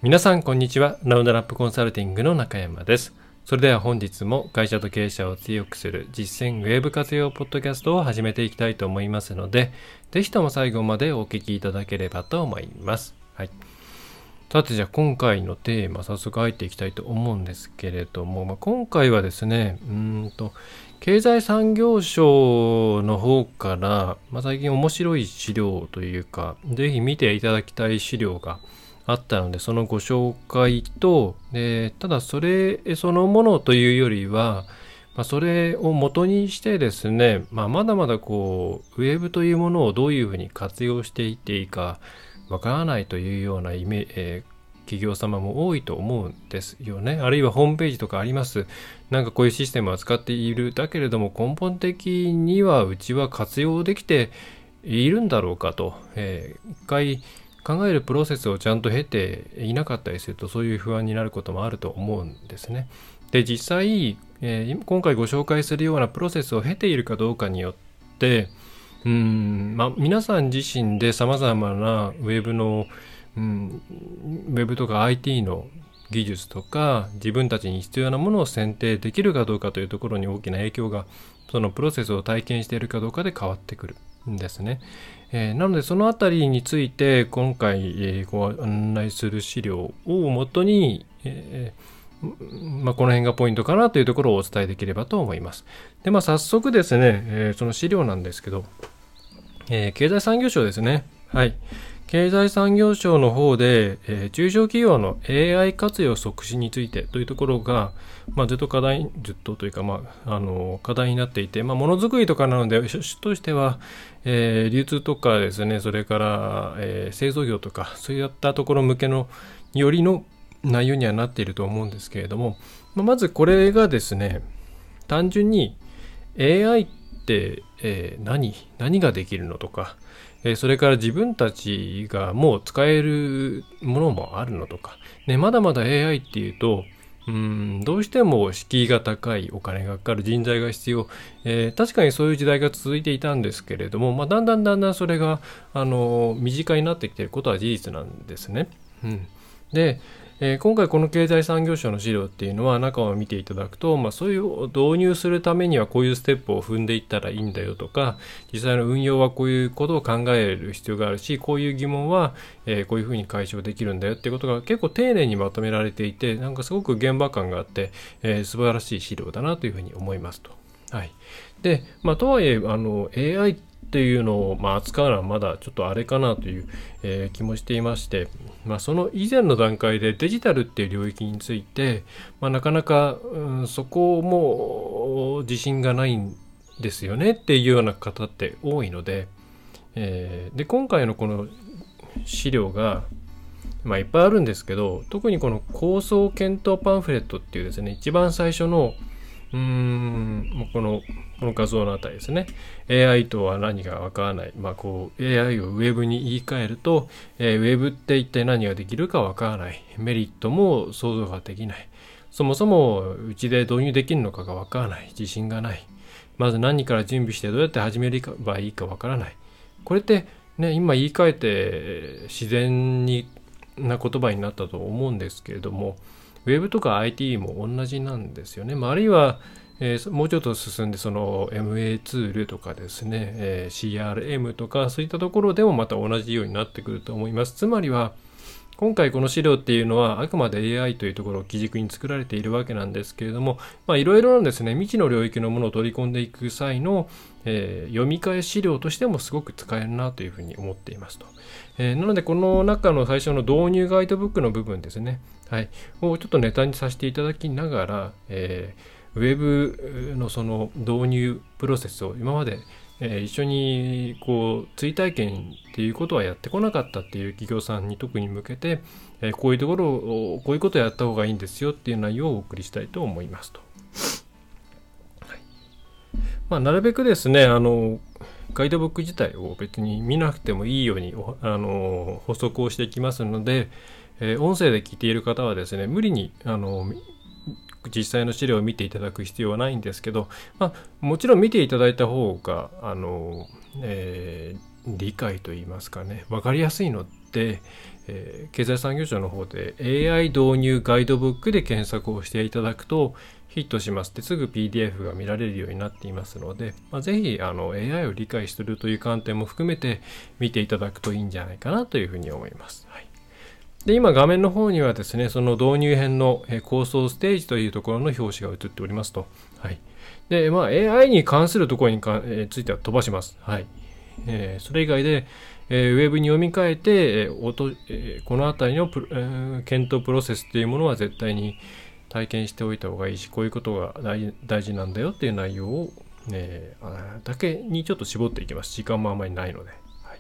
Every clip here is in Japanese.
皆さんこんにちは。ラウンドラップコンサルティングの中山です。それでは本日も会社と経営者を強くする実践ウェブ活用ポッドキャストを始めていきたいと思いますので、ぜひとも最後までお聞きいただければと思います。はい。さてじゃあ今回のテーマ早速入っていきたいと思うんですけれども、今回はですね、経済産業省の方から、最近面白い資料というか、ぜひ見ていただきたい資料があったので、そのご紹介と、ただそれそのものというよりは、それを元にしてですね、まだまだウェブというものをどういうふうに活用していっていいかわからないというような企業様も多いと思うんですよね。あるいはホームページとかあります。なんかこういうシステムを使っている。だけれども根本的にはうちは活用できているんだろうかと、一回考えるプロセスをちゃんと経ていなかったりするとそういう不安になることもあると思うんですね。で、実際、今回ご紹介するようなプロセスを経ているかどうかによって皆さん自身で様々なウェブの、ウェブとか IT の技術とか自分たちに必要なものを選定できるかどうかというところに大きな影響がそのプロセスを体験しているかどうかで変わってくるんですね。なのでそのあたりについて今回、ご案内する資料をもとに、この辺がポイントかなというところをお伝えできればと思います。で、早速ですね、その資料なんですけど、経済産業省ですね。はい。経済産業省の方で、中小企業の AI 活用促進についてというところが、ずっと課題になっていて、ものづくりとかなので、趣旨としては、流通とかですね、それから、製造業とか、そういったところ向けのよりの内容にはなっていると思うんですけれども、まずこれがですね、単純に AI って、何ができるのとか、それから自分たちがもう使えるものもあるのとか、まだまだ AI っていうとどうしても敷居が高い、お金がかかる、人材が必要、確かにそういう時代が続いていたんですけれども、だんだんそれが身近になってきていることは事実なんですね。で、今回この経済産業省の資料っていうのは中を見ていただくと、そういう導入するためにはこういうステップを踏んでいったらいいんだよとか、実際の運用はこういうことを考える必要があるし、こういう疑問は、こういうふうに解消できるんだよっていうことが結構丁寧にまとめられていて、なんかすごく現場感があって、素晴らしい資料だなというふうに思いますと。はい。で、とはいえAI っていうのを扱うのはまだちょっとあれかなという、気もしていまして、その以前の段階でデジタルっていう領域について、なかなか、そこも自信がないんですよねっていうような方って多いので、で今回のこの資料がいっぱいあるんですけど、特にこの構想検討パンフレットっていうですね、一番最初のこの画像のあたりですね。AI とは何かわからない。AI をウェブに言い換えると、ウェブって一体何ができるかわからない。メリットも想像ができない。そもそもうちで導入できるのかがわからない。自信がない。まず何から準備してどうやって始めればいいかわからない。これってね、今言い換えて自然な言葉になったと思うんですけれども、ウェブとか IT も同じなんですよね。あるいは、もうちょっと進んでその MA ツールとかですね、CRM とかそういったところでもまた同じようになってくると思います。つまりは今回この資料っていうのはあくまで AI というところを基軸に作られているわけなんですけれども、いろいろなですね、未知の領域のものを取り込んでいく際の、読み替え資料としてもすごく使えるなというふうに思っていますと。なのでこの中の最初の導入ガイドブックの部分ですね、はい、をちょっとネタにさせていただきながら、ウェブのその導入プロセスを今まで一緒に追体験っていうことはやってこなかったっていう企業さんに特に向けて、こういうところをこういうことをやった方がいいんですよっていう内容をお送りしたいと思いますと。はい、なるべくですねガイドブック自体を別に見なくてもいいように補足をしていきますので、音声で聞いている方はですね無理に実際の資料を見ていただく必要はないんですけど、もちろん見ていただいた方が理解といいますかね、分かりやすいの 、経済産業省の方で AI 導入ガイドブックで検索をしていただくとヒットしますってすぐ PDF が見られるようになっていますので、ぜひAI を理解するという観点も含めて見ていただくといいんじゃないかなというふうに思います。はい、で今画面の方にはですね、その導入編の構想ステージというところの表紙が映っておりますと。はい、で、AI に関するところについては飛ばします。はい、それ以外で、ウェブに読み替えて、このあたりの検討プロセスっていうものは絶対に体験しておいた方がいいし、こういうことが大事なんだよっていう内容を、だけにちょっと絞っていきます。時間もあまりないので。はい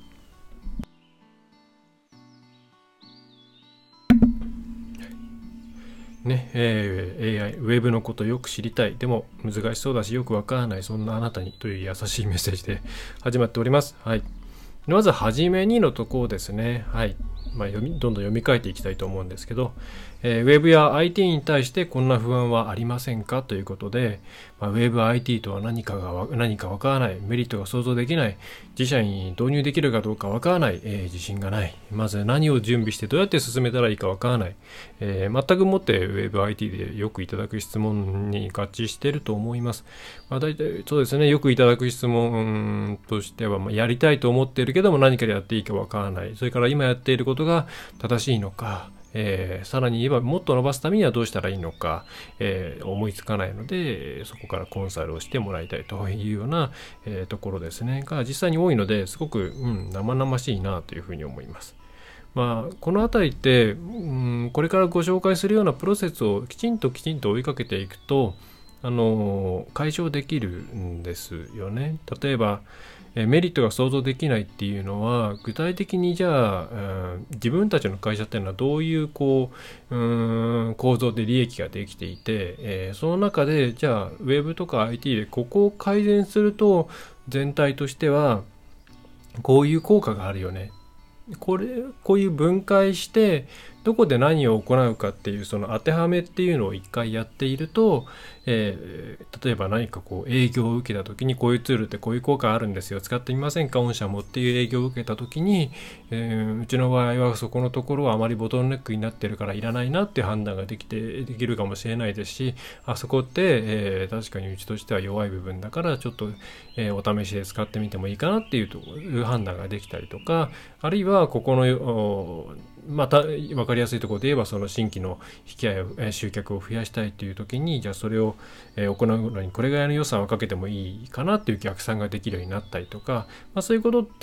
ね、AI、ウェブのことよく知りたい、でも難しそうだしよくわからない、そんなあなたにという優しいメッセージで始まっております。はい。まずはじめにのところですね。はい。どんどん読み替えていきたいと思うんですけど、ウェブや IT に対してこんな不安はありませんかということで、ウェブ IT とは何かわからない、メリットが想像できない、自社に導入できるかどうかわからない、自信がない、まず何を準備してどうやって進めたらいいかわからない、全くもってウェブ IT でよくいただく質問に合致していると思います。大体そうですね、よくいただく質問としては、やりたいと思っているけども何からやっていいかわからない、それから今やっていることが正しいのか、さらに言えばもっと伸ばすためにはどうしたらいいのか、思いつかないのでそこからコンサルをしてもらいたいというような、ところですねが実際に多いので、すごく、生々しいなというふうに思います。このあたりって、これからご紹介するようなプロセスをきちんと追いかけていくと解消できるんですよね。例えばメリットが想像できないっていうのは、具体的にじゃあ、自分たちの会社っていうのはどういう構造で利益ができていて、その中でじゃあウェブとか IT でここを改善すると全体としてはこういう効果があるよね、こういう分解してどこで何を行うかっていうその当てはめっていうのを一回やっていると、例えば何か営業を受けた時にこういうツールってこういう効果あるんですよ、使ってみませんか御社もっていう営業を受けた時に、うちの場合はそこのところはあまりボトルネックになってるからいらないなっていう判断ができるかもしれないですし、そこって、確かにうちとしては弱い部分だからちょっと、お試しで使ってみてもいいかなっていう判断ができたりとか、あるいはここのまた分かりやすいところで言えばその新規の引き合いを集客を増やしたいという時に、じゃあそれを行うのにこれぐらいの予算をかけてもいいかなっていう逆算ができるようになったりとか、そういうことって、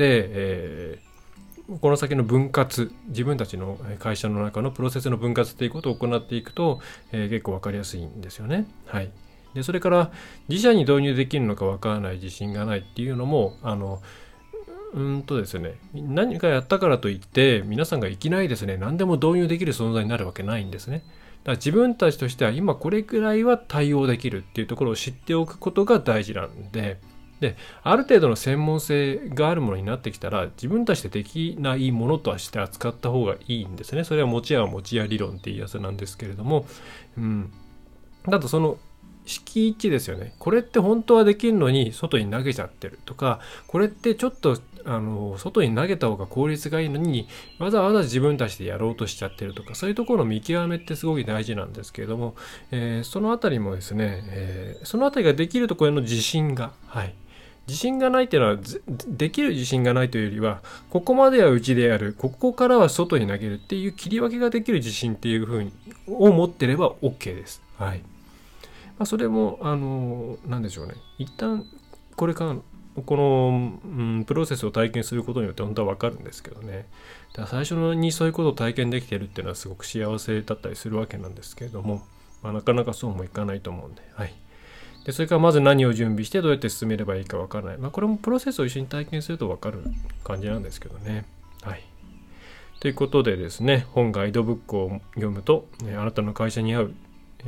この先の分割、自分たちの会社の中のプロセスの分割ということを行っていくと、結構分かりやすいんですよね。はい。でそれから自社に導入できるのか分からない、自信がないっていうのもですね、何かやったからといって皆さんがいきなりですね何でも導入できる存在になるわけないんですね。だから自分たちとしては今これくらいは対応できるっていうところを知っておくことが大事なんで、ある程度の専門性があるものになってきたら自分たちでできないものとして扱った方がいいんですね。それは持ち屋理論っていうやつなんですけれども、だとその敷地ですよね。これって本当はできるのに外に投げちゃってるとか、これってちょっと外に投げた方が効率がいいのにわざわざ自分たちでやろうとしちゃってるとか、そういうところの見極めってすごく大事なんですけれども、そのあたりもですね、そのあたりができるところへの自信が、自信がないっていうのはできる自信がないというよりは、ここまではうちでやる、ここからは外に投げるっていう切り分けができる自信っていう風にを持ってれば OK です。はい。それも何でしょうね、一旦これからこの、プロセスを体験することによって本当は分かるんですけどね。だから最初にそういうことを体験できてるっていうのはすごく幸せだったりするわけなんですけれども、なかなかそうもいかないと思うんで、でそれからまず何を準備してどうやって進めればいいか分からない、これもプロセスを一緒に体験すると分かる感じなんですけどね。ということでですね、本ガイドブックを読むと、あなたの会社に合う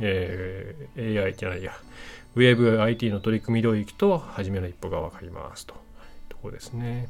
AI じゃないや、ウェブ IT の取り組み領域と初めの一歩が分かりますと、ところですね。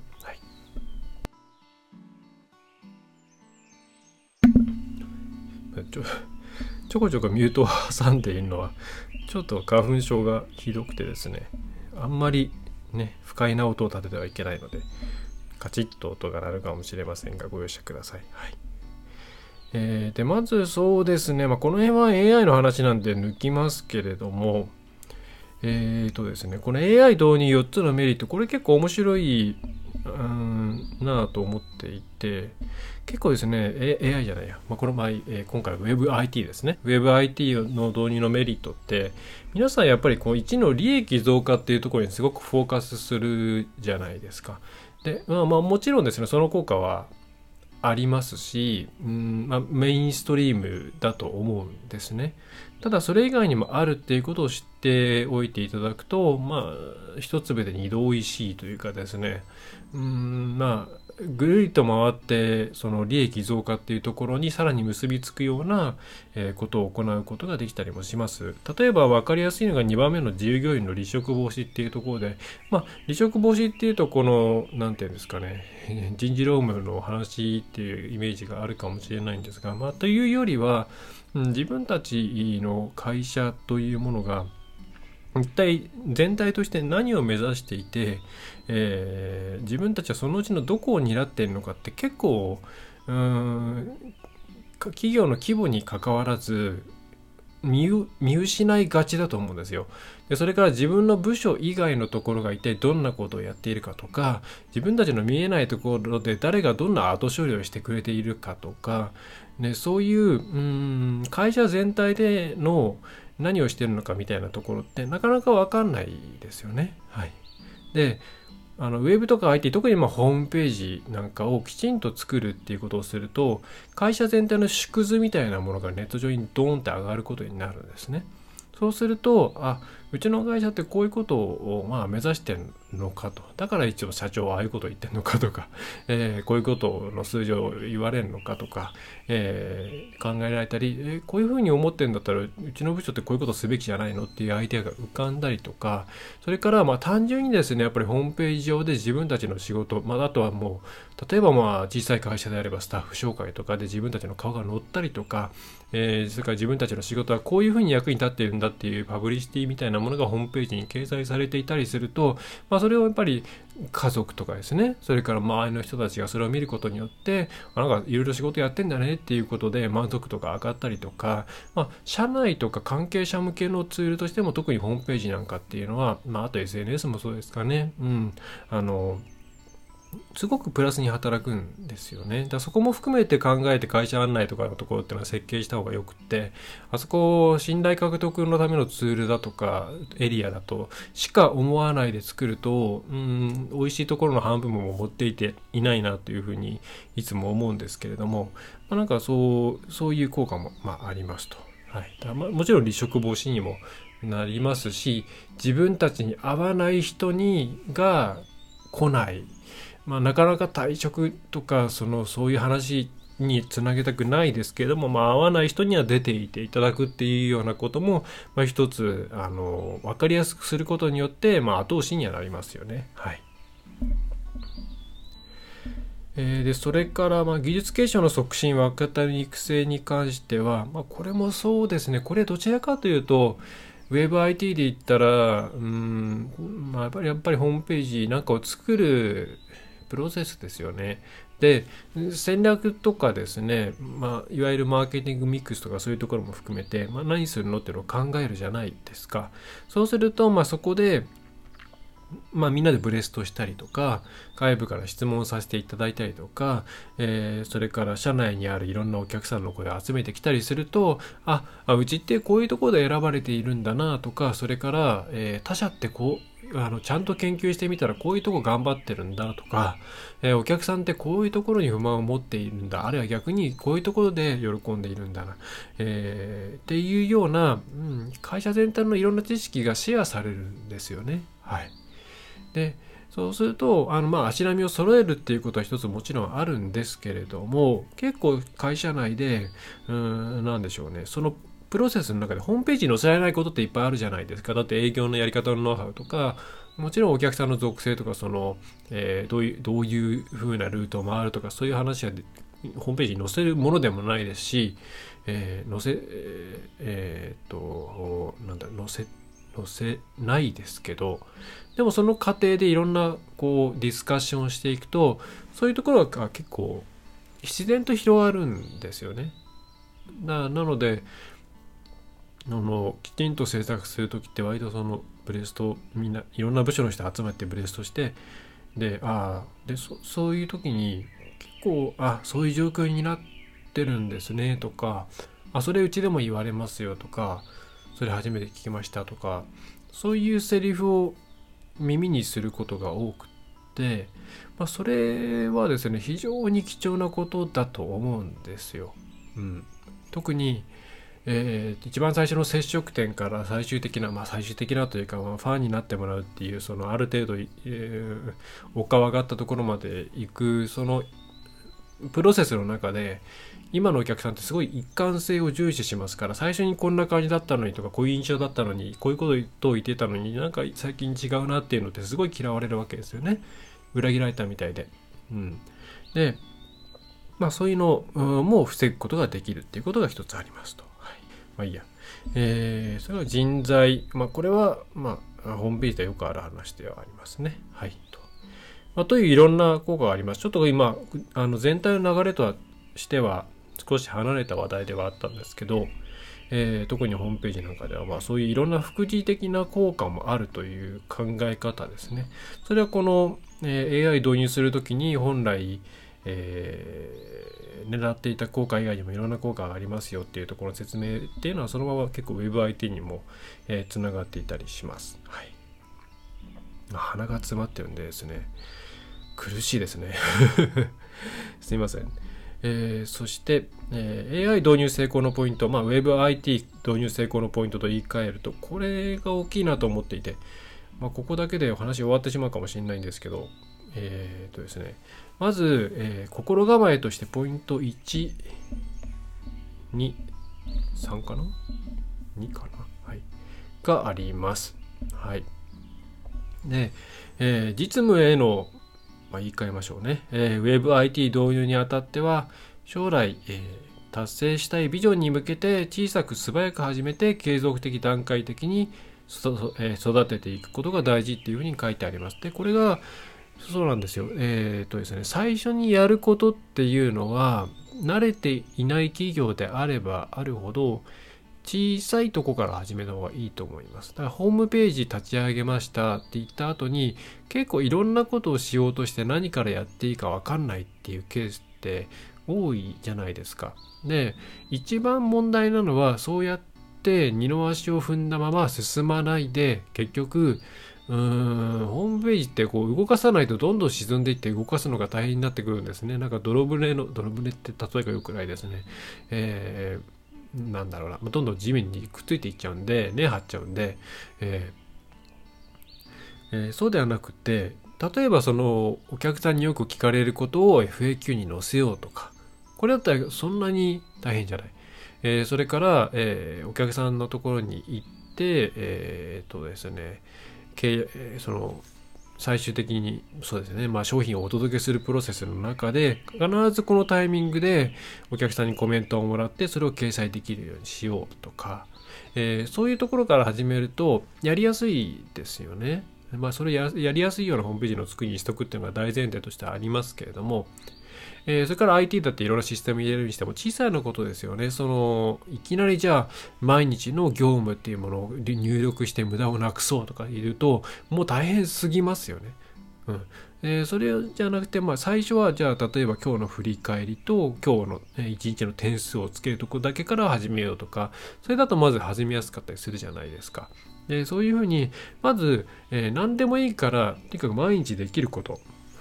ちょこちょこミュートを挟んでいるのはちょっと花粉症がひどくてですね、あんまりね不快な音を立ててはいけないのでカチッと音が鳴るかもしれませんがご容赦ください。はい。でまずそうですね、この辺は AI の話なんで抜きますけれども、ですね、この AI 導入4つのメリット、これ結構面白いなぁと思っていて、結構ですね、AI じゃないや、この場合、今回は WebIT ですね。WebIT の導入のメリットって、皆さんやっぱり1の利益増加っていうところにすごくフォーカスするじゃないですか。で、もちろんですね、その効果はありますし、メインストリームだと思うんですね。ただそれ以外にもあるっていうことを知っておいていただくと、一粒で二度おいしいというかですね、ぐるりと回ってその利益増加っていうところにさらに結びつくようなことを行うことができたりもします。例えば分かりやすいのが2番目の従業員の離職防止っていうところで、離職防止っていうとこのなんていうんですかね、人事労務の話っていうイメージがあるかもしれないんですが、というよりは自分たちの会社というものが一体全体として何を目指していて、自分たちはそのうちのどこを担っているのかって結構企業の規模に関わらず見失いがちだと思うんですよ。でそれから自分の部署以外のところが一体どんなことをやっているかとか、自分たちの見えないところで誰がどんな後処理をしてくれているかとか、そういう会社全体での何をしているのかみたいなところってなかなか分かんないですよね。はい。でウェブとか IT、 特にホームページなんかをきちんと作るっていうことをすると、会社全体の縮図みたいなものがネット上にドーンって上がることになるんですね。そうすると、うちの会社ってこういうことを目指してるのかと。だから一応社長はああいうことを言ってるのかとか、こういうことの数字を言われるのかとか、考えられたり、こういうふうに思ってるんだったらうちの部署ってこういうことすべきじゃないのっていうアイデアが浮かんだりとか、それから単純にですね、やっぱりホームページ上で自分たちの仕事、あとはもう例えば小さい会社であればスタッフ紹介とかで自分たちの顔が載ったりとか、それから自分たちの仕事はこういうふうに役に立っているんだっていうパブリシティみたいなものがホームページに掲載されていたりすると、それをやっぱり家族とかですね、それから周りの人たちがそれを見ることによって、なんかいろいろ仕事やってんだねっていうことで満足度が上がったりとか、社内とか関係者向けのツールとしても特にホームページなんかっていうのは、あと SNS もそうですかね、すごくプラスに働くんですよね。だからそこも含めて考えて会社案内とかのところっていうのは設計した方がよくって、あそこを信頼獲得のためのツールだとかエリアだとしか思わないで作ると、美味しいところの半分も持っていていないなというふうにいつも思うんですけれども、なんかそういう効果もありますと。はい。だからもちろん離職防止にもなりますし、自分たちに合わない人が来ない。なかなか退職とかそういう話につなげたくないですけれども、合わない人には出ていていただくっていうようなことも、一つ分かりやすくすることによって、後押しにはなりますよね。はい。でそれから技術継承の促進、若手の育成に関しては、これもそうですね。これどちらかというとWebIT で言ったらやっぱりホームページなんかを作るプロセスですよね。で戦略とかですね、いわゆるマーケティングミックスとかそういうところも含めて、何するのっていうのを考えるじゃないですか。そうするとそこでみんなでブレストしたりとか、外部から質問させていただいたりとか、それから社内にあるいろんなお客さんの声を集めてきたりすると、うちってこういうところで選ばれているんだなとか、それから、他社ってちゃんと研究してみたらこういうとこ頑張ってるんだとか、お客さんってこういうところに不満を持っているんだ、あるいは逆にこういうところで喜んでいるんだな、っていうような、会社全体のいろんな知識がシェアされるんですよね。はい。でそうすると足並みを揃えるっていうことは一つもちろんあるんですけれども、結構会社内でなんでしょうね、そのプロセスの中でホームページに載せられないことっていっぱいあるじゃないですか。だって営業のやり方のノウハウとか、もちろんお客さんの属性とかどういう風なルートを回るとか、そういう話はホームページに載せるものでもないですし、 載せないですけど、でもその過程でいろんなこうディスカッションをしていくと、そういうところが結構自然と広がるんですよね。なのできちんと制作する時って割とそのブレスト、みんないろんな部署の人集まってブレストして、でそういう時に結構そういう状況になってるんですねとか、それうちでも言われますよとか、それ初めて聞きましたとか、そういうセリフを耳にすることが多くて、それはですね非常に貴重なことだと思うんですよ。特に一番最初の接触点から最終的なというか、ファンになってもらうっていう、そのある程度、お顔上がったところまで行くそのプロセスの中で、今のお客さんってすごい一貫性を重視しますから、最初にこんな感じだったのにとか、こういう印象だったのに、こういうことを言ってたのになんか最近違うなっていうのってすごい嫌われるわけですよね。裏切られたみたいで。でそういうのも防ぐことができるっていうことが一つありますと。いいや。それは人材。これは、ホームページでよくある話ではありますね。といういろんな効果があります。ちょっと今、全体の流れとしては少し離れた話題ではあったんですけど、特にホームページなんかでは、そういういろんな副次的な効果もあるという考え方ですね。それはこの、AI 導入するときに本来、狙っていた効果以外にもいろんな効果がありますよっていうところの説明っていうのは、そのまま結構 WebIT にもつながっていたりします。鼻が詰まってるんでですね、苦しいですねすいません。そして、AI 導入成功のポイント、WebIT 導入成功のポイントと言い換えると、これが大きいなと思っていて、ここだけでお話終わってしまうかもしれないんですけど、ですね、まず、心構えとしてポイント1、2、3かな ?2 かな、があります。で、実務への、言い換えましょうね。WebIT 導入にあたっては、将来、達成したいビジョンに向けて小さく素早く始めて継続的段階的に育てていくことが大事っていうふうに書いてあります。で、これがそうなんですよ。ですね、最初にやることっていうのは、慣れていない企業であればあるほど小さいとこから始めた方がいいと思います。だからホームページ立ち上げましたって言った後に、結構いろんなことをしようとして何からやっていいか分かんないっていうケースって多いじゃないですか。で、一番問題なのは、そうやって二の足を踏んだまま進まないで、結局ホームページってこう動かさないとどんどん沈んでいって、動かすのが大変になってくるんですね。なんか泥船って例えが良くないですね。なんだろうな、どんどん地面にくっついていっちゃうんで、根張っちゃうんで、そうではなくて、例えばそのお客さんによく聞かれることを FAQ に載せようとか、これだったらそんなに大変じゃない。それから、お客さんのところに行って、ですね、その最終的にそうですね、商品をお届けするプロセスの中で必ずこのタイミングでお客さんにコメントをもらってそれを掲載できるようにしようとか、そういうところから始めるとやりやすいですよね。それやりやすいようなホームページの作りにしとくっていうのが大前提としてありますけれども、それから IT だっていろんなシステム入れるにしても小さいのことですよね。いきなりじゃあ毎日の業務っていうものを入力して無駄をなくそうとか言うともう大変すぎますよね。それじゃなくて、最初はじゃあ例えば今日の振り返りと今日の一日の点数をつけるとこだけから始めようとか、それだとまず始めやすかったりするじゃないですか。で、そういうふうにまず、何でもいいからとにかく毎日できること、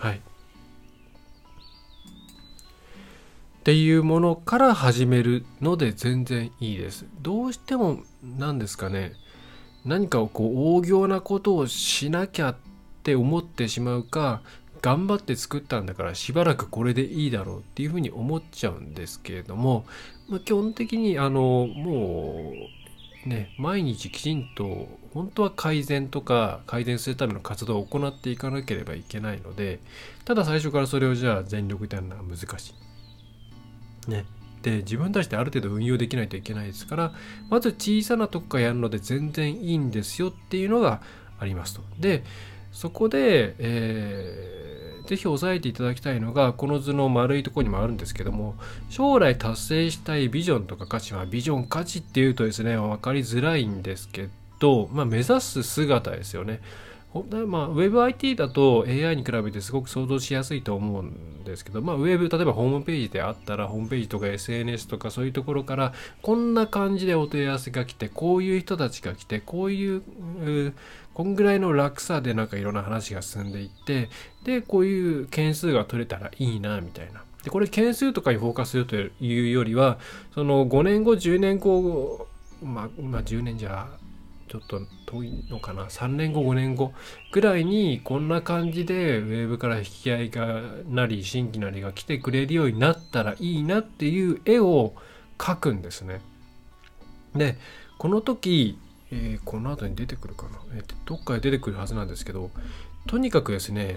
っていうものから始めるので全然いいです。どうしても何ですかね、何かを大行なことをしなきゃって思ってしまうか、頑張って作ったんだからしばらくこれでいいだろうっていうふうに思っちゃうんですけれども、基本的にもうね、毎日きちんと本当は改善するための活動を行っていかなければいけないので、ただ最初からそれをじゃあ全力でやるのは難しいね。 って自分たちである程度運用できないといけないですから、まず小さなとこからやるので全然いいんですよっていうのがありますと。でそこで、ぜひ押さえていただきたいのが、この図の丸いところにもあるんですけども、将来達成したいビジョンとか価値は、ビジョン価値っていうとですね、分かりづらいんですけど、目指す姿ですよね。WebIT だと AI に比べてすごく想像しやすいと思うんですけど、ウェブ、例えばホームページであったら、ホームページとか SNS とかそういうところから、こんな感じでお問い合わせが来て、こういう人たちが来て、こんぐらいの落差でいろんな話が進んでいって、で、こういう件数が取れたらいいな、みたいな。で、これ件数とかにフォーカスするというよりは、その5年後、10年後、10年じゃ、ちょっと遠いのかな、3年後5年後ぐらいにこんな感じでウェブから引き合いがなり新規なりが来てくれるようになったらいいなっていう絵を描くんですね。でこの時、この後に出てくるかな、どっかで出てくるはずなんですけど、とにかくですね、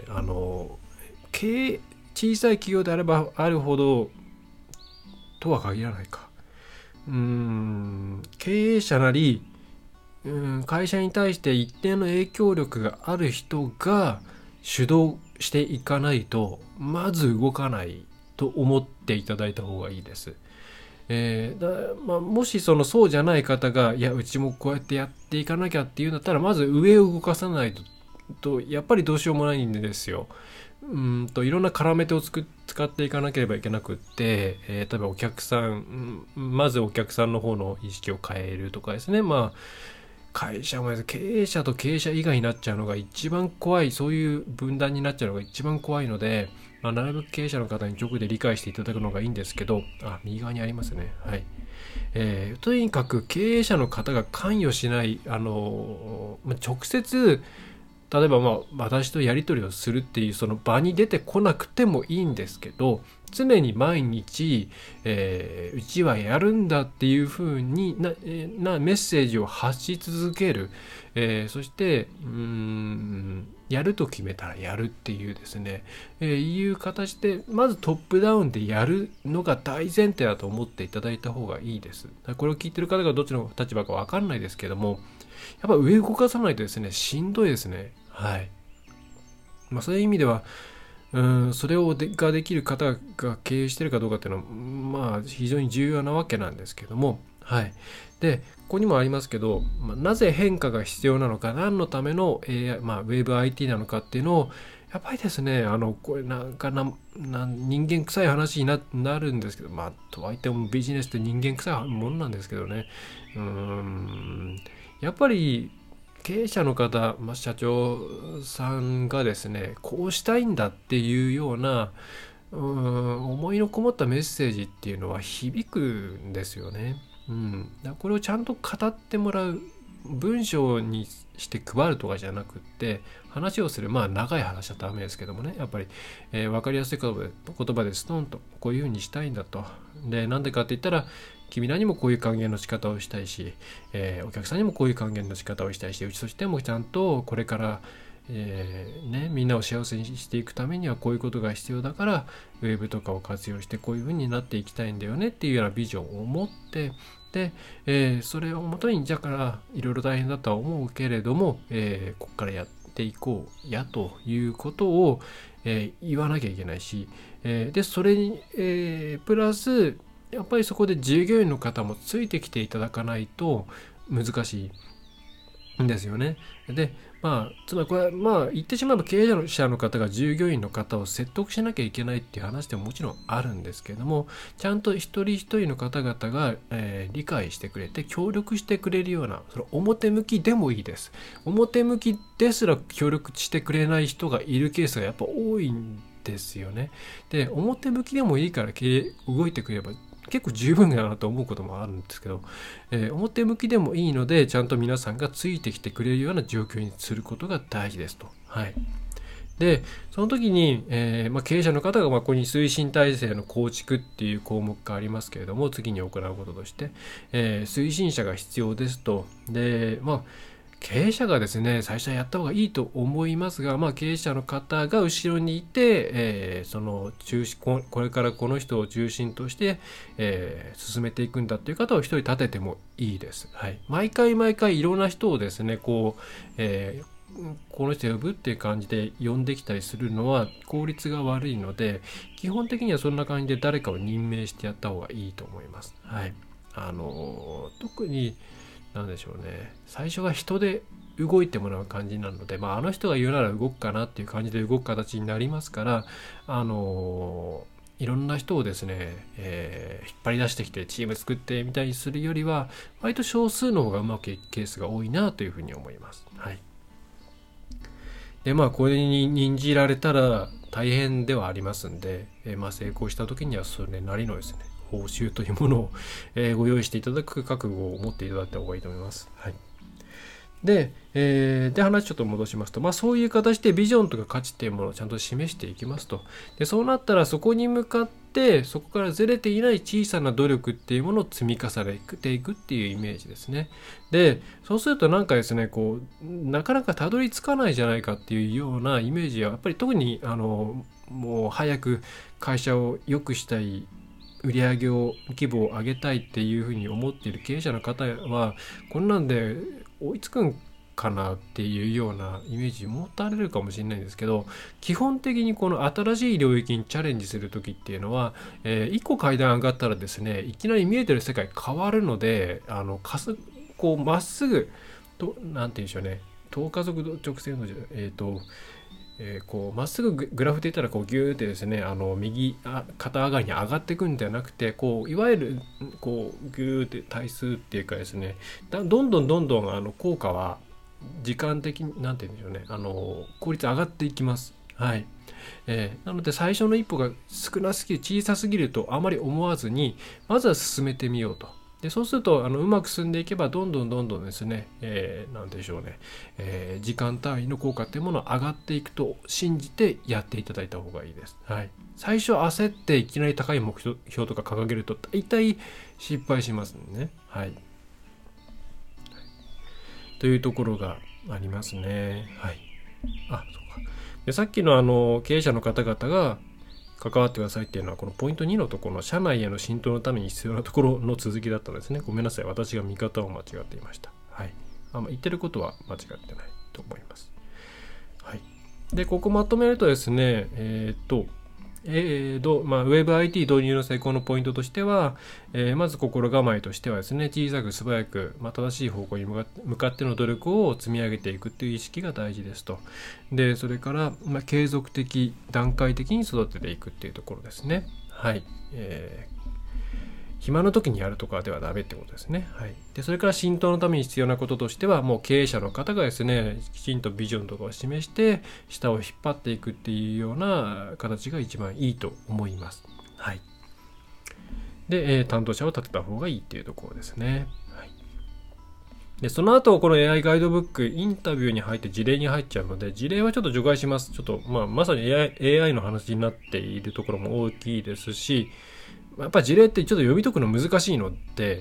小さい企業であればあるほどとは限らないか、経営者なり会社に対して一定の影響力がある人が主導していかないとまず動かないと思っていただいた方がいいです。もしそうじゃない方が、いやうちもこうやってやっていかなきゃっていうんだったら、まず上を動かさないとやっぱりどうしようもないんですよ。いろんな絡め手を使っていかなければいけなくって、例えばお客さん、まずお客さんの方の意識を変えるとかですね、会社も経営者と経営者以外になっちゃうのが一番怖い、そういう分断になっちゃうのが一番怖いので、なるべく経営者の方に直で理解していただくのがいいんですけど、右側にありますね。はい。とにかく経営者の方が関与しない、直接例えば私とやり取りをするっていうその場に出てこなくてもいいんですけど、常に毎日、うちはやるんだっていう風になメッセージを発し続ける、そしてやると決めたらやるっていうですね、いう形でまずトップダウンでやるのが大前提だと思っていただいた方がいいです。これを聞いてる方がどっちの立場か分かんないですけども、やっぱ上動かさないとですね、しんどいですね。はい。そういう意味では、それができる方が経営しているかどうかっていうのは、非常に重要なわけなんですけども、はい。で、ここにもありますけど、なぜ変化が必要なのか、何のための AI、WebIT なのかっていうのを、やっぱりですね、これ人間臭い話になるんですけど、とはいってもビジネスって人間臭いものなんですけどね、やっぱり経営者の方、社長さんがですね、こうしたいんだっていうような思いのこもったメッセージっていうのは響くんですよね。これをちゃんと語ってもらう、文章にして配るとかじゃなくって、話をする、長い話はダメですけどもね、やっぱり、分かりやすい言葉でストンとこういうふうにしたいんだと。で、なんでかって言ったら、君らにもこういう還元の仕方をしたいし、お客さんにもこういう還元の仕方をしたいし、うちとしてもちゃんとこれから、みんなを幸せにしていくためにはこういうことが必要だから、ウェブとかを活用してこういうふうになっていきたいんだよねっていうようなビジョンを持って、で、それをもとに、だからいろいろ大変だとは思うけれども、ここからやっていこうやということを、言わなきゃいけないし、でそれに、プラスやっぱりそこで従業員の方もついてきていただかないと難しいんですよね。で、つまりこれは言ってしまえば経営者の方が従業員の方を説得しなきゃいけないっていう話でももちろんあるんですけれども、ちゃんと一人一人の方々が、理解してくれて協力してくれるような、その表向きでもいいです。表向きですら協力してくれない人がいるケースがやっぱ多いんですよね。で、表向きでもいいから動いてくれば結構十分だなと思うこともあるんですけど、表向きでもいいのでちゃんと皆さんがついてきてくれるような状況にすることが大事ですと。はい。で、その時に、経営者の方がここに推進体制の構築っていう項目がありますけれども、次に行うこととして、推進者が必要ですと。で、 経営者がですね、最初はやった方がいいと思いますが、経営者の方が後ろにいて、そのこれからこの人を中心として、進めていくんだという方を一人立ててもいいです。はい。毎回いろんな人をですね、この人呼ぶっていう感じで呼んできたりするのは効率が悪いので、基本的にはそんな感じで誰かを任命してやった方がいいと思います。はい。特になんでしょうね、最初は人で動いてもらう感じなので、あの人が言うなら動くかなっていう感じで動く形になりますから、いろんな人をですね、引っ張り出してきてチーム作ってみたいにするよりは、割と少数の方がうまくいくケースが多いなというふうに思います。はい。で、これに任じられたら大変ではありますんで、成功した時にはそれなりのですね、報酬というものを、ご用意していただく覚悟を持っていただいた方がいいと思います。はい。で、話ちょっと戻しますと、そういう形でビジョンとか価値っていうものをちゃんと示していきますと。で、そうなったらそこに向かって、そこからずれていない小さな努力っていうものを積み重ねていくっていうイメージですね。で、そうするとなんかですね、なかなかたどり着かないじゃないかっていうようなイメージは、やっぱり特に、もう早く会社を良くしたい、売上規模を上げたいっていうふうに思っている経営者の方は、こんなんで追いつくんかなっていうようなイメージ持たれるかもしれないんですけど、基本的にこの新しい領域にチャレンジする時っていうのは、1個階段上がったらですね、いきなり見えてる世界変わるので、まっすぐと、なんて言うんでしょうね、等加速度直線のまっすぐグラフで言ったらギューってですね、右肩上がりに上がっていくんではなくて、いわゆるギューって対数っていうかですね、どんどん効果は時間的になんて言うんでしょうね、効率上がっていきます。はい。なので最初の一歩が少なすぎる、小さすぎるとあまり思わずに、まずは進めてみようと。で、そうするとうまく進んでいけばどんどんですね、なんでしょうね、時間単位の効果っていうものは上がっていくと信じてやっていただいた方がいいです。はい。最初焦っていきなり高い目標とか掲げると大体失敗しますね。はい。というところがありますね。はい。そうか。で、さっきの経営者の方々が関わってくださいっていうのは、このポイント2のところの社内への浸透のために必要なところの続きだったんですね。ごめんなさい。私が見方を間違っていました。はい。言ってることは間違ってないと思います。はい。で、ここまとめるとですね、WebIT 導入の成功のポイントとしては、まず心構えとしてはですね、小さく素早く、正しい方向に向かっての努力を積み上げていくという意識が大事ですと。で、それから、継続的、段階的に育てていくっていうところですね。はい。暇の時にやるとかではダメってことですね。はい。で、それから浸透のために必要なこととしては、もう経営者の方がですね、きちんとビジョンとかを示して、下を引っ張っていくっていうような形が一番いいと思います。はい。で、担当者を立てた方がいいっていうところですね。はい。で、その後、この AI ガイドブック、インタビューに入って事例に入っちゃうので、事例はちょっと除外します。ちょっと、まさに AI の話になっているところも大きいですし、やっぱり事例ってちょっと読み解くの難しいので、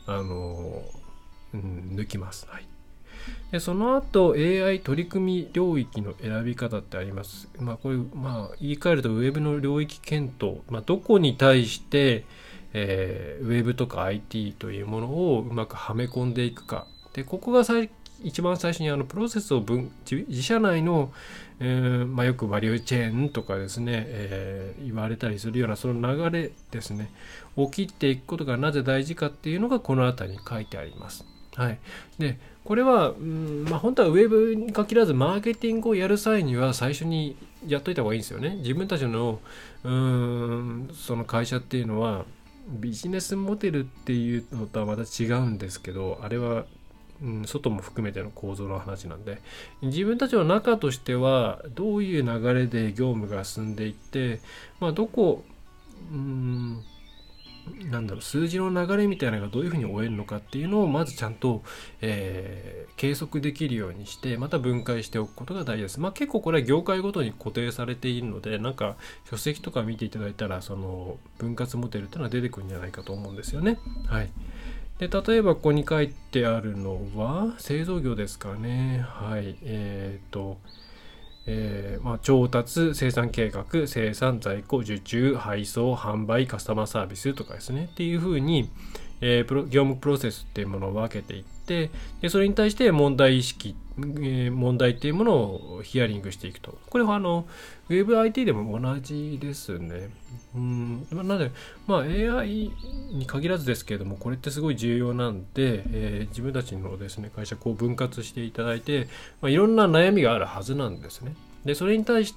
抜きます。はい。で、その後、AI 取り組み領域の選び方ってあります。これ、言い換えると、ウェブの領域検討、どこに対して、ウェブとか IT というものをうまくはめ込んでいくか。で、ここが一番最初にプロセスを自社内の、よくバリューチェーンとかですね、言われたりするようなその流れですねを切っていくことがなぜ大事かっていうのがこの辺りに書いてあります。はい。で、これは、本当はウェブに限らずマーケティングをやる際には最初にやっといた方がいいんですよね。自分たちのその会社っていうのはビジネスモデルっていうのとはまた違うんですけど、あれは外も含めての構造の話なんで、自分たちの中としてはどういう流れで業務が進んでいって、どこ数字の流れみたいなのがどういうふうに終えるのかっていうのをまずちゃんと、計測できるようにしてまた分解しておくことが大事です。結構これは業界ごとに固定されているので、書籍とか見ていただいたらその分割モデルっていうのは出てくるんじゃないかと思うんですよね。はい。 で、例えばここに書いてあるのは製造業ですかね。はい。調達、生産計画、生産、在庫、受注、配送、販売、カスタマーサービスとかですね。っていうふうに、業務プロセスっていうものを分けていって、でそれに対して問題意識、問題っていうものをヒアリングしていくと。これはウェブ IT でも同じですね。なので、AI に限らずですけれども、これってすごい重要なんで、自分たちのですね、会社こう分割していただいて、いろんな悩みがあるはずなんですね。でそれに対して、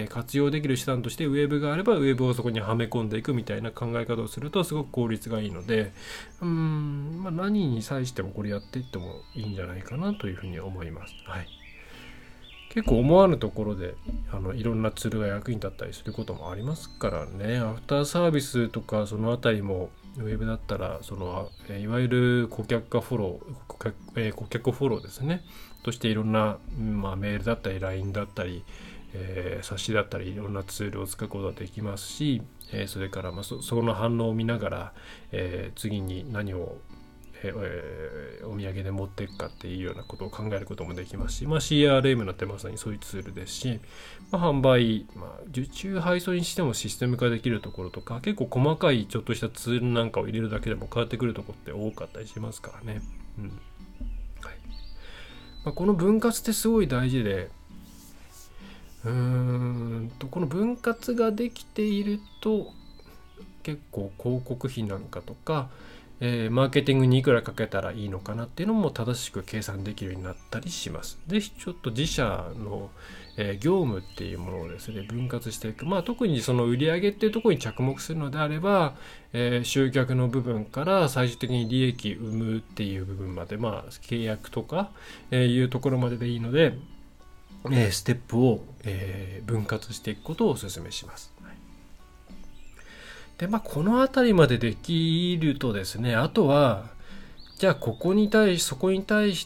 活用できる手段としてウェブがあればウェブをそこにはめ込んでいくみたいな考え方をするとすごく効率がいいので、何に際してもこれやっていってもいいんじゃないかなというふうに思います。はい、結構思わぬところでいろんなツールが役に立ったりすることもありますからね。アフターサービスとかそのあたりもウェブだったらいわゆる顧客フォローですねとしていろんな、メールだったり LINE だったり、冊子だったりいろんなツールを使うことができますし、それからその反応を見ながら、次に何をお土産で持っていくかっていうようなことを考えることもできますし、CRM なんてまさにそういうツールですし、販売、受注配送にしてもシステム化できるところとか、結構細かいちょっとしたツールなんかを入れるだけでも変わってくるところって多かったりしますからね。この分割ってすごい大事で、この分割ができていると結構広告費なんかとか、マーケティングにいくらかけたらいいのかなっていうのも正しく計算できるようになったりします。ぜひちょっと自社の、業務っていうものをですね分割していく。特にその売上っていうところに着目するのであれば、集客の部分から最終的に利益生むっていう部分まで、契約とか、いうところまででいいので、ステップを、分割していくことをお勧めします。で、このあたりまでできるとですね、あとは、じゃあそこに対して、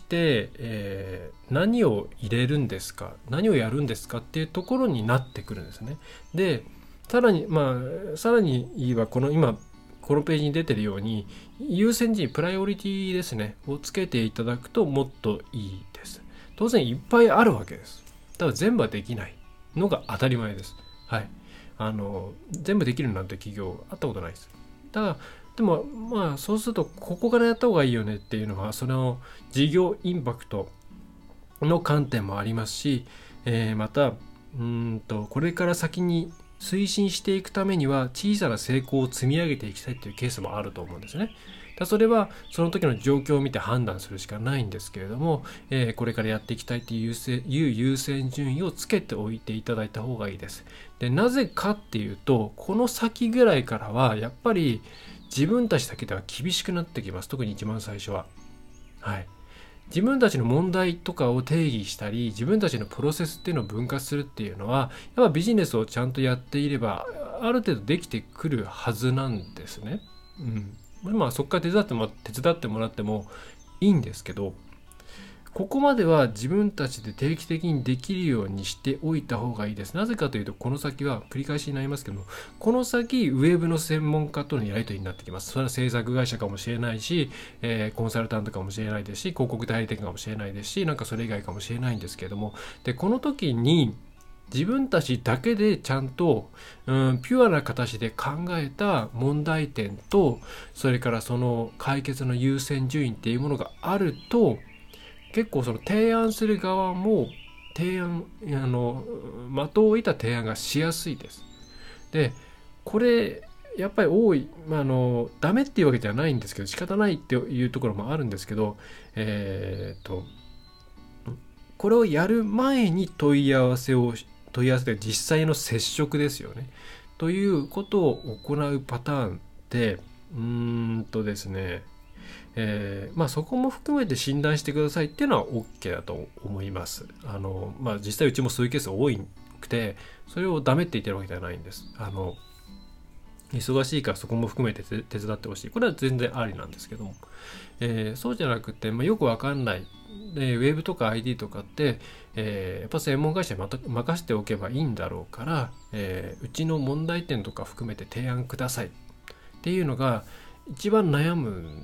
何を入れるんですか、何をやるんですかっていうところになってくるんですね。で、さらに言えば、今、このページに出てるように、優先順位、プライオリティですね、をつけていただくともっといいです。当然いっぱいあるわけです。ただ全部はできないのが当たり前です。はい。全部できるなんて企業あったことないです。ただでもそうするとここからやった方がいいよねっていうのはその事業インパクトの観点もありますし、またこれから先に推進していくためには小さな成功を積み上げていきたいというケースもあると思うんですね。それはその時の状況を見て判断するしかないんですけれども、これからやっていきたいという優先順位をつけておいていただいた方がいいです。で、なぜかっていうと、この先ぐらいからはやっぱり自分たちだけでは厳しくなってきます。特に一番最初は。はい。自分たちの問題とかを定義したり、自分たちのプロセスっていうのを分割するっていうのは、やっぱビジネスをちゃんとやっていれば、ある程度できてくるはずなんですね。そこから手伝ってもらってもいいんですけど、ここまでは自分たちで定期的にできるようにしておいた方がいいです。なぜかというと、この先は繰り返しになりますけども、この先ウェブの専門家とのやり取りになってきます。それは制作会社かもしれないし、コンサルタントかもしれないですし、広告代理店かもしれないですし、なんかそれ以外かもしれないんですけども、でこの時に自分たちだけでちゃんと、ピュアな形で考えた問題点と、それからその解決の優先順位っていうものがあると、結構その提案する側も的を置いた提案がしやすいです。で、これやっぱり多い、ダメっていうわけじゃないんですけど、仕方ないっていうところもあるんですけど、これをやる前に問い合わせで実際の接触ですよね。ということを行うパターンで、ですね、そこも含めて診断してくださいっていうのは OK だと思います。実際うちもそういうケース多くて、それをダメって言ってるわけじゃないんです。忙しいからそこも含めて手伝ってほしい。これは全然ありなんですけども、そうじゃなくて、よくわかんないでウェブとか ID とかって、やっぱ専門会社に任せておけばいいんだろうから、うちの問題点とか含めて提案くださいっていうのが一番悩むん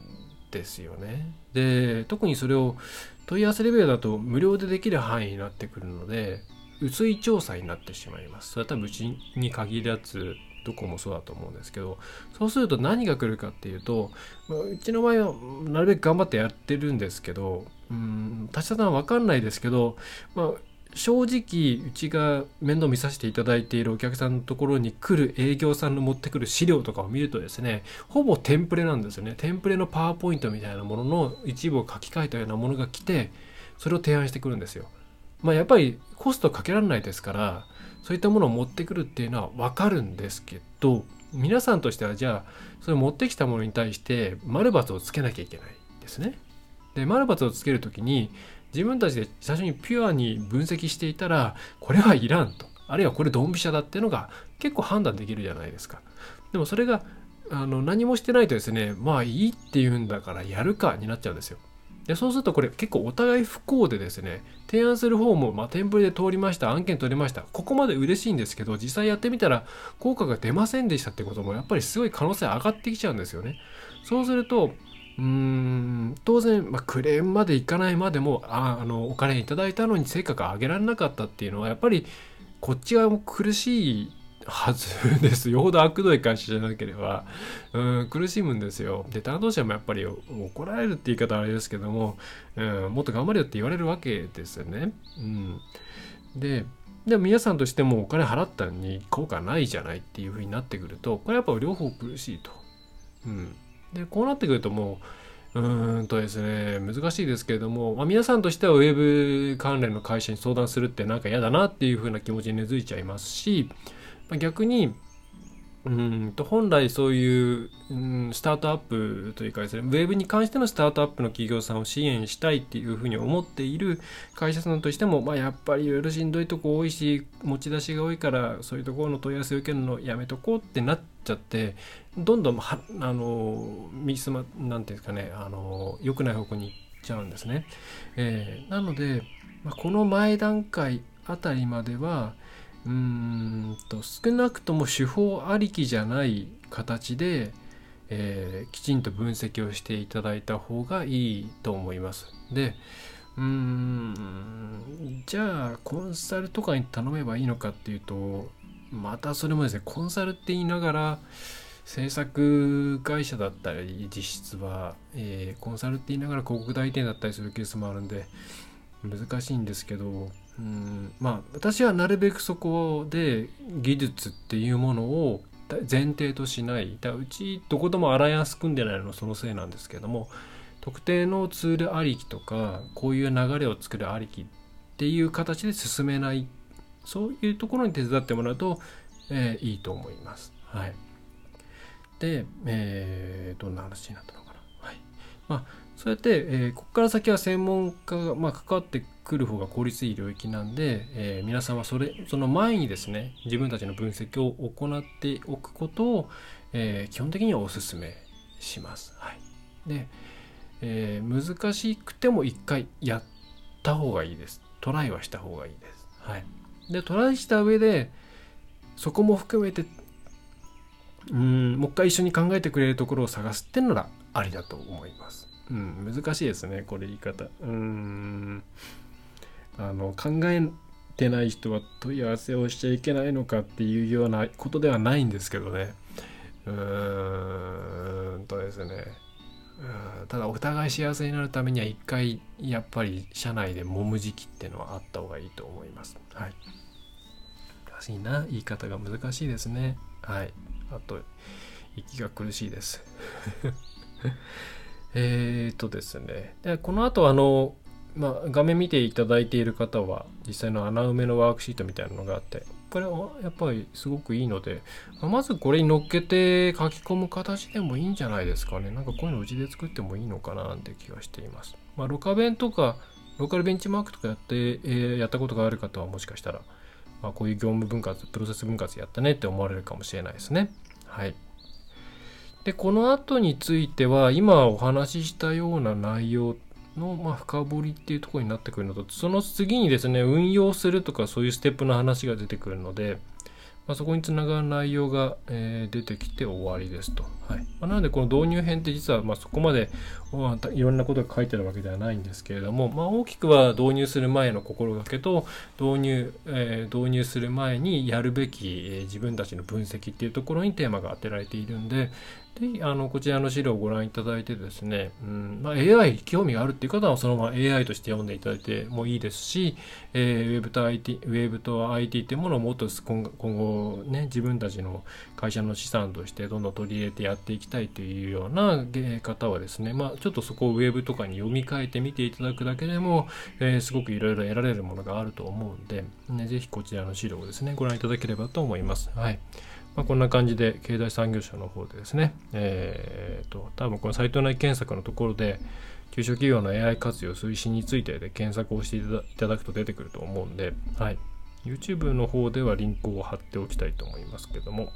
ですよね。で、特にそれを問い合わせレベルだと無料でできる範囲になってくるので、薄い調査になってしまいます。それは多分うちに限らずどこもそうだと思うんですけど、そうすると何が来るかっていうと、うちの場合はなるべく頑張ってやってるんですけど、立田さんは分かんないですけど、正直うちが面倒見させていただいているお客さんのところに来る営業さんの持ってくる資料とかを見るとですね、ほぼテンプレなんですよね。テンプレのパワーポイントみたいなものの一部を書き換えたようなものが来て、それを提案してくるんですよ。やっぱりコストかけられないですから、そういったものを持ってくるっていうのは分かるんですけど、皆さんとしてはじゃあそれ持ってきたものに対して丸×をつけなきゃいけないですね。で、丸×をつけるときに自分たちで最初にピュアに分析していたら、これはいらんと、あるいはこれドンピシャだっていうのが結構判断できるじゃないですか。でもそれが何もしてないとですね、いいって言うんだからやるかになっちゃうんですよ。で、そうするとこれ結構お互い不幸でですね、提案する方もテンプレで通りました、案件取りました、ここまで嬉しいんですけど、実際やってみたら効果が出ませんでしたってこともやっぱりすごい可能性上がってきちゃうんですよね。そうすると当然、クレームまでいかないまでもお金いただいたのに成果が上げられなかったっていうのはやっぱりこっち側も苦しいはずです。よほど悪どい会社じゃなければ苦しむんですよ。で、担当者もやっぱり怒られるって言い方はあれですけども、もっと頑張れよって言われるわけですよね。でも皆さんとしてもお金払ったのに効果ないじゃないっていう風になってくると、これやっぱ両方苦しいと。で、こうなってくるともですね、難しいですけれども、皆さんとしてはウェブ関連の会社に相談するってなんか嫌だなっていう風な気持ちに根付いちゃいますし、逆に本来そういう、スタートアップというかですね、ウェブに関してのスタートアップの企業さんを支援したいっていうふうに思っている会社さんとしても、やっぱりいろいろしんどいとこ多いし、持ち出しが多いからそういうところの問い合わせを受けるのやめとこうってなっちゃって、どんどんなんていうんですかね、良くない方向に行っちゃうんですね。なので、この前段階あたりまでは少なくとも手法ありきじゃない形で、きちんと分析をしていただいた方がいいと思います。で、じゃあコンサルとかに頼めばいいのかっていうと、またそれもですね、コンサルって言いながら制作会社だったり実質は、コンサルって言いながら広告代理店だったりするケースもあるんで難しいんですけど、私はなるべくそこで技術っていうものを前提としない。うちどこともアライアンス組んでないのそのせいなんですけども、特定のツールありきとかこういう流れを作るありきっていう形で進めない、そういうところに手伝ってもらうと、いいと思います。はい。で、どんな話になったのかな。はい。そうやって、ここから先は専門家が、関わってくる方が効率いい領域なんで、皆さんはその前にですね、自分たちの分析を行っておくことを、基本的にはお勧めします。はい。で、難しくても一回やった方がいいです。トライはした方がいいです。はい。で、トライした上で、そこも含めて、もう一回一緒に考えてくれるところを探すっていうのがありだと思います。難しいですね、これ言い方。考えてない人は問い合わせをしちゃいけないのかっていうようなことではないんですけどね。ですね。ただお互い幸せになるためには一回やっぱり社内で揉む時期っていうのはあった方がいいと思います。はい。難しいな、言い方が難しいですね。はい。あと息が苦しいです。ですね。で、この後画面見ていただいている方は実際の穴埋めのワークシートみたいなのがあって、これはやっぱりすごくいいので、まずこれに乗っけて書き込む形でもいいんじゃないですかね。なんかこういうのうちで作ってもいいのかなって気がしています。ロカベンとかローカルベンチマークとかやったことがある方はもしかしたら、こういう業務分割、プロセス分割やったねって思われるかもしれないですね。はい。で、この後については今お話ししたような内容の、深掘りっていうところになってくるのと、その次にですね、運用するとかそういうステップの話が出てくるので、 そこにつながる内容が、出てきて終わりですと。なのでこの導入編って実はそこまでいろんなことが書いてあるわけではないんですけれども、大きくは導入する前の心がけと導入する前にやるべき、自分たちの分析っていうところにテーマが当てられているんで、こちらの資料をご覧いただいてですね、AI 興味があるっていう方はそのまま AI として読んでいただいてもいいですし、ウェブと IT っていうものをもっと今後ね、自分たちの会社の資産としてどんどん取り入れてやっていきたいというような方はですね、ちょっとそこをウェブとかに読み替えてみていただくだけでも、すごくいろいろ得られるものがあると思うんで、ぜひこちらの資料をですね、ご覧いただければと思います。こんな感じで経済産業省の方でですね、多分このサイト内検索のところで中小企業の AI 活用推進についてで検索をしていただくと出てくると思うんで、YouTube の方ではリンクを貼っておきたいと思いますけども、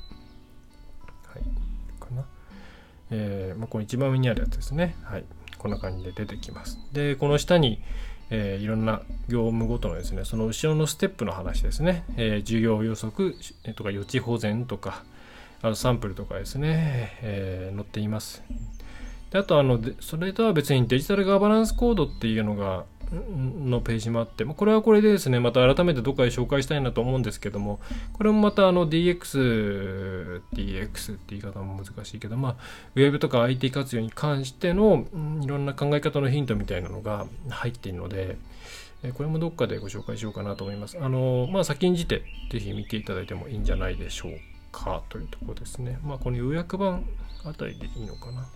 かな、この一番上にあるやつですね。こんな感じで出てきます。で、この下にいろんな業務ごとのですね、その後ろのステップの話ですね、需要予測とか予知保全とか、サンプルとかですね、載っています。で、あとそれとは別にデジタルガバナンスコードっていうのがのページもあって、これはこれでですね、また改めてどっかで紹介したいなと思うんですけども、これもまたDX って言い方も難しいけど、ウェブとか IT 活用に関してのいろんな考え方のヒントみたいなのが入っているので、これもどっかでご紹介しようかなと思います。先んじてぜひ見ていただいてもいいんじゃないでしょうかというところですね。この予約版あたりでいいのかな。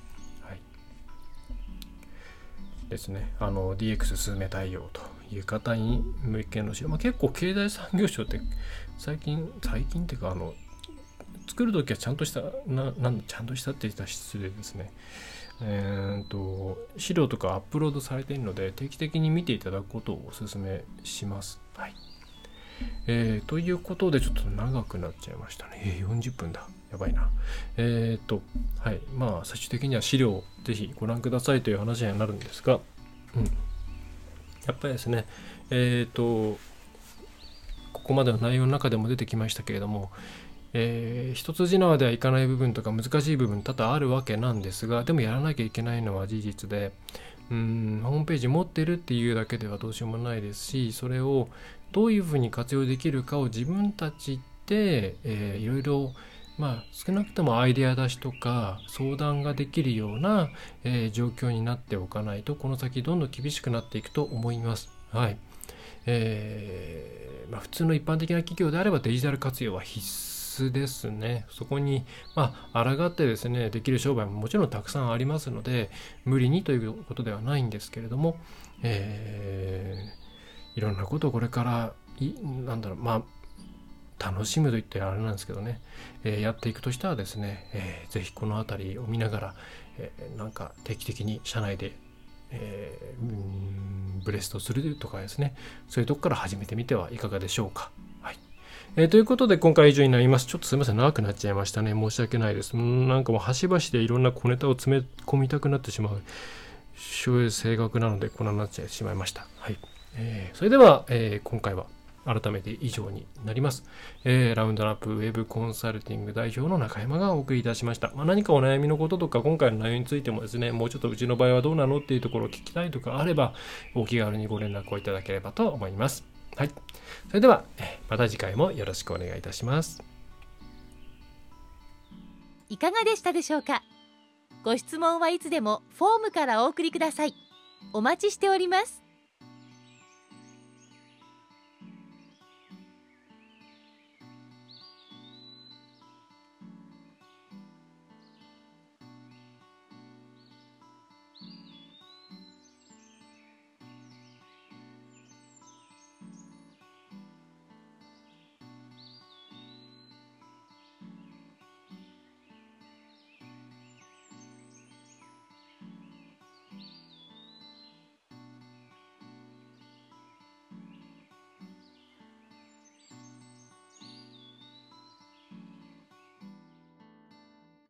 ですね、DX 進めたいよという方に向けの資料、結構経済産業省って最近っていうか作るときはちゃんとしたちゃんとしたって言ったら失礼ですね。資料とかアップロードされているので定期的に見ていただくことをお勧めします。ということでちょっと長くなっちゃいましたね。40分だ。やばいな。最終的には資料をぜひご覧くださいという話になるんですが、やっぱりですね、ここまでの内容の中でも出てきましたけれども、一筋縄ではいかない部分とか難しい部分多々あるわけなんですが、でもやらなきゃいけないのは事実で、ホームページ持ってるっていうだけではどうしようもないですし、それをどういうふうに活用できるかを自分たちで、いろいろ少なくともアイデア出しとか相談ができるような、状況になっておかないとこの先どんどん厳しくなっていくと思います。普通の一般的な企業であればデジタル活用は必須ですね。そこに抗ってですねできる商売ももちろんたくさんありますので無理にということではないんですけれども、いろんなことをこれから楽しむと言ってあれなんですけどね、やっていくとしたらですね、ぜひこのあたりを見ながら、定期的に社内で、ブレストするとかですね、そういうとこから始めてみてはいかがでしょうか。ということで今回以上になります。ちょっとすみません、長くなっちゃいましたね。申し訳ないです。もう端々でいろんな小ネタを詰め込みたくなってしまう性格なのでこんなになっちゃいまいました。それでは、今回は改めて以上になります。ラウンドラップウェブコンサルティング代表の中山がお送りいたしました。何かお悩みのこととか今回の内容についてもですね、もうちょっとうちの場合はどうなのっていうところを聞きたいとかあればお気軽にご連絡をいただければと思います。それではまた次回もよろしくお願いいたします。 いかがでしたでしょうか。ご質問はいつでもフォームからお送りください。お待ちしております。